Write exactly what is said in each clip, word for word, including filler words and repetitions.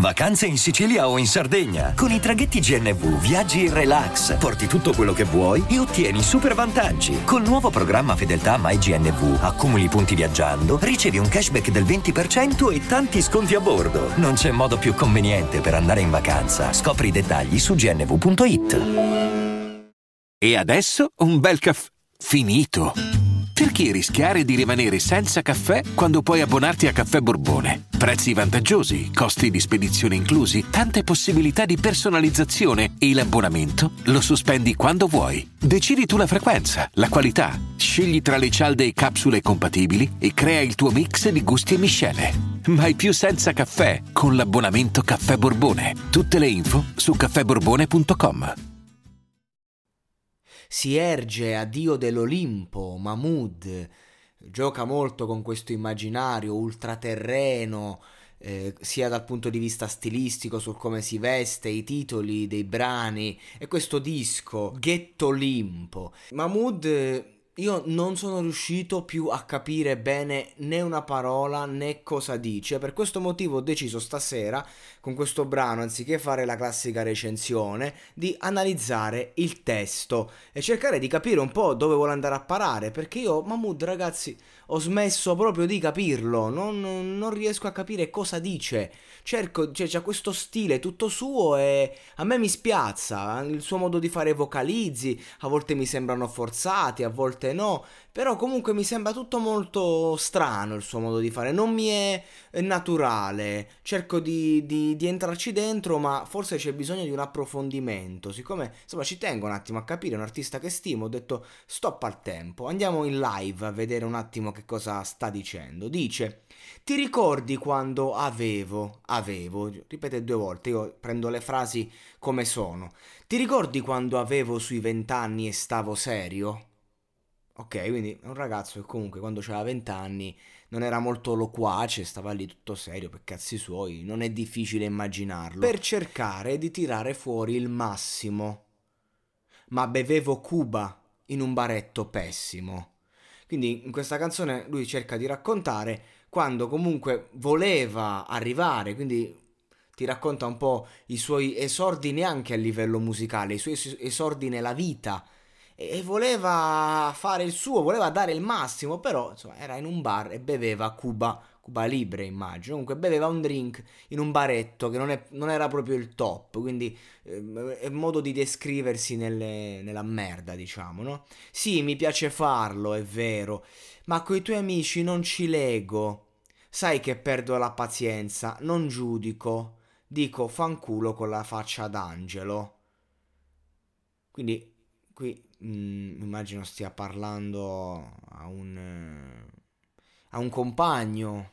Vacanze in Sicilia o in Sardegna. Con i traghetti G N V viaggi in relax, porti tutto quello che vuoi e ottieni super vantaggi. Col nuovo programma Fedeltà MyGNV accumuli punti viaggiando, ricevi un cashback del venti per cento e tanti sconti a bordo. Non c'è modo più conveniente per andare in vacanza. Scopri i dettagli su g n v punto i t. E adesso un bel caffè finito. Perché rischiare di rimanere senza caffè quando puoi abbonarti a Caffè Borbone? Prezzi vantaggiosi, costi di spedizione inclusi, tante possibilità di personalizzazione e l'abbonamento lo sospendi quando vuoi. Decidi tu la frequenza, la qualità, scegli tra le cialde e capsule compatibili e crea il tuo mix di gusti e miscele. Mai più senza caffè con l'abbonamento Caffè Borbone. Tutte le info su caffè borbone punto com. Si erge a dio dell'Olimpo, Mahmood, gioca molto con questo immaginario ultraterreno, eh, sia dal punto di vista stilistico, sul come si veste, i titoli dei brani, e questo disco, Ghetto Olimpo. Mahmood, io non sono riuscito più a capire bene né una parola né cosa dice. Per questo motivo ho deciso stasera, con questo brano, anziché fare la classica recensione, di analizzare il testo e cercare di capire un po' dove vuole andare a parare, perché io, Mahmood, ragazzi, ho smesso proprio di capirlo, non, non riesco a capire cosa dice. Cerco, cioè, c'ha questo stile tutto suo e a me mi spiazza, il suo modo di fare vocalizzi, a volte mi sembrano forzati, a volte no, però comunque mi sembra tutto molto strano il suo modo di fare, non mi è naturale. Cerco di, di, di entrarci dentro, ma forse c'è bisogno di un approfondimento. Siccome, insomma, ci tengo un attimo a capire, è un artista che stimo, ho detto stop al tempo, andiamo in live a vedere un attimo che cosa sta dicendo. Dice: ti ricordi quando avevo, avevo, ripete due volte, io prendo le frasi come sono. Ti ricordi quando avevo sui vent'anni e stavo serio? Ok, quindi è un ragazzo che comunque quando aveva vent'anni non era molto loquace, stava lì tutto serio per cazzi suoi, non è difficile immaginarlo, per cercare di tirare fuori il massimo. Ma bevevo Cuba in un baretto pessimo. Quindi in questa canzone lui cerca di raccontare quando comunque voleva arrivare, quindi ti racconta un po' i suoi esordi neanche a livello musicale, i suoi esordi nella vita, e voleva fare il suo, voleva dare il massimo, però insomma era in un bar e beveva Cuba, Cuba Libre immagino, comunque beveva un drink in un baretto che non, è, non era proprio il top, quindi eh, è un modo di descriversi nelle, nella merda, diciamo, no? Sì, mi piace farlo, è vero, ma coi tuoi amici non ci lego, sai che perdo la pazienza, non giudico, dico fanculo con la faccia d'angelo. Quindi qui Mm, immagino stia parlando a un, eh, a un compagno,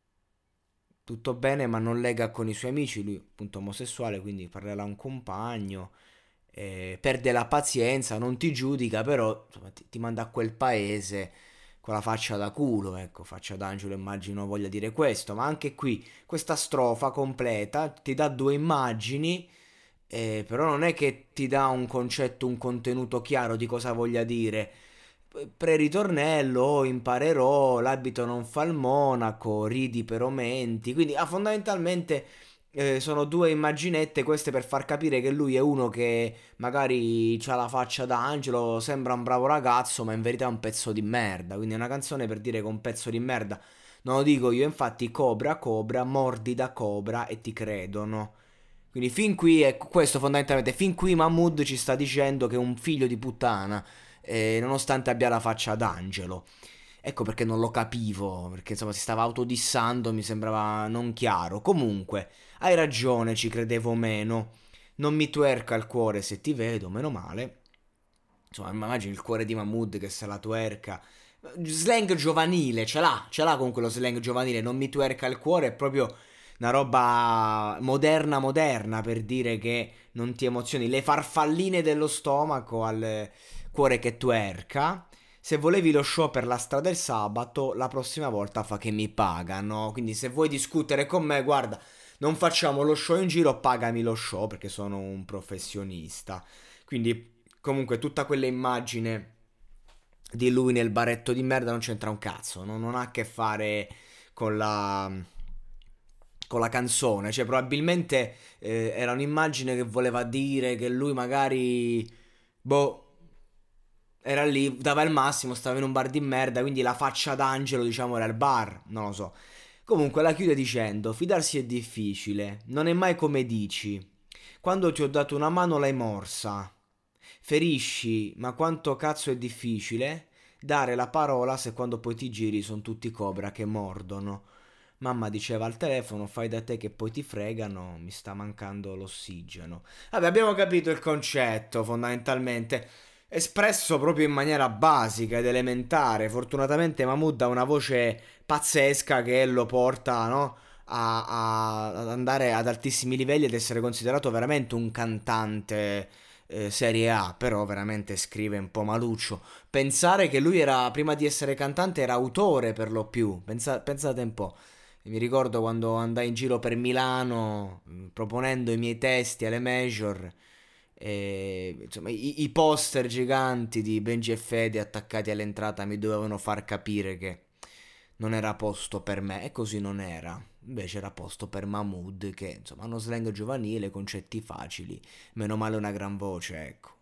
tutto bene, ma non lega con i suoi amici, lui appunto omosessuale, quindi parlerà a un compagno, eh, perde la pazienza, non ti giudica, però insomma, ti, ti manda a quel paese con la faccia da culo, ecco, faccia d'angelo immagino voglia dire questo, ma anche qui questa strofa completa ti dà due immagini. Eh, però non è che ti dà un concetto, un contenuto chiaro di cosa voglia dire. Pre-ritornello, "Oh, imparerò, l'abito non fa il monaco, ridi però menti", quindi ah, fondamentalmente eh, sono due immaginette queste per far capire che lui è uno che magari ha la faccia da angelo, sembra un bravo ragazzo, ma in verità è un pezzo di merda. Quindi è una canzone per dire che è un pezzo di merda non lo dico io, infatti cobra, cobra, mordi da cobra e ti credono. Quindi fin qui, è questo fondamentalmente, fin qui Mahmood ci sta dicendo che è un figlio di puttana, eh, nonostante abbia la faccia d'angelo. Ecco perché non lo capivo, perché insomma si stava autodissando, mi sembrava non chiaro. Comunque, hai ragione, ci credevo meno. Non mi tuerca il cuore se ti vedo, meno male. Insomma, immagini il cuore di Mahmood che se la tuerca. Slang giovanile, ce l'ha, ce l'ha con quello slang giovanile, non mi tuerca il cuore, è proprio una roba moderna moderna per dire che non ti emozioni, le farfalline dello stomaco al cuore che tuerca. Se volevi lo show per la strada del sabato, la prossima volta fa che mi pagano. Quindi se vuoi discutere con me, guarda, non facciamo lo show in giro, pagami lo show perché sono un professionista. Quindi comunque tutta quella immagine di lui nel baretto di merda non c'entra un cazzo, no? Non ha a che fare con la con la canzone, cioè probabilmente eh, era un'immagine che voleva dire che lui magari, boh, era lì, dava il massimo, stava in un bar di merda, quindi la faccia d'angelo, diciamo, era il bar, non lo so. Comunque la chiude dicendo: fidarsi è difficile, non è mai come dici. Quando ti ho dato una mano l'hai morsa. Ferisci, ma quanto cazzo è difficile dare la parola se quando poi ti giri sono tutti cobra che mordono. Mamma diceva al telefono: fai da te che poi ti fregano, mi sta mancando l'ossigeno. Vabbè, abbiamo capito il concetto fondamentalmente, espresso proprio in maniera basica ed elementare. Fortunatamente Mahmood ha una voce pazzesca che lo porta, no, a, a- ad andare ad altissimi livelli ed essere considerato veramente un cantante eh, serie A, però veramente scrive un po' maluccio. Pensare che lui era, prima di essere cantante, era autore per lo più. Pensa- pensate un po'. Mi ricordo quando andai in giro per Milano mh, proponendo i miei testi alle major, e, insomma, i, i poster giganti di Benji e Fede attaccati all'entrata mi dovevano far capire che non era posto per me, e così non era. Invece era posto per Mahmood, che insomma ha uno slang giovanile, concetti facili, meno male una gran voce, ecco.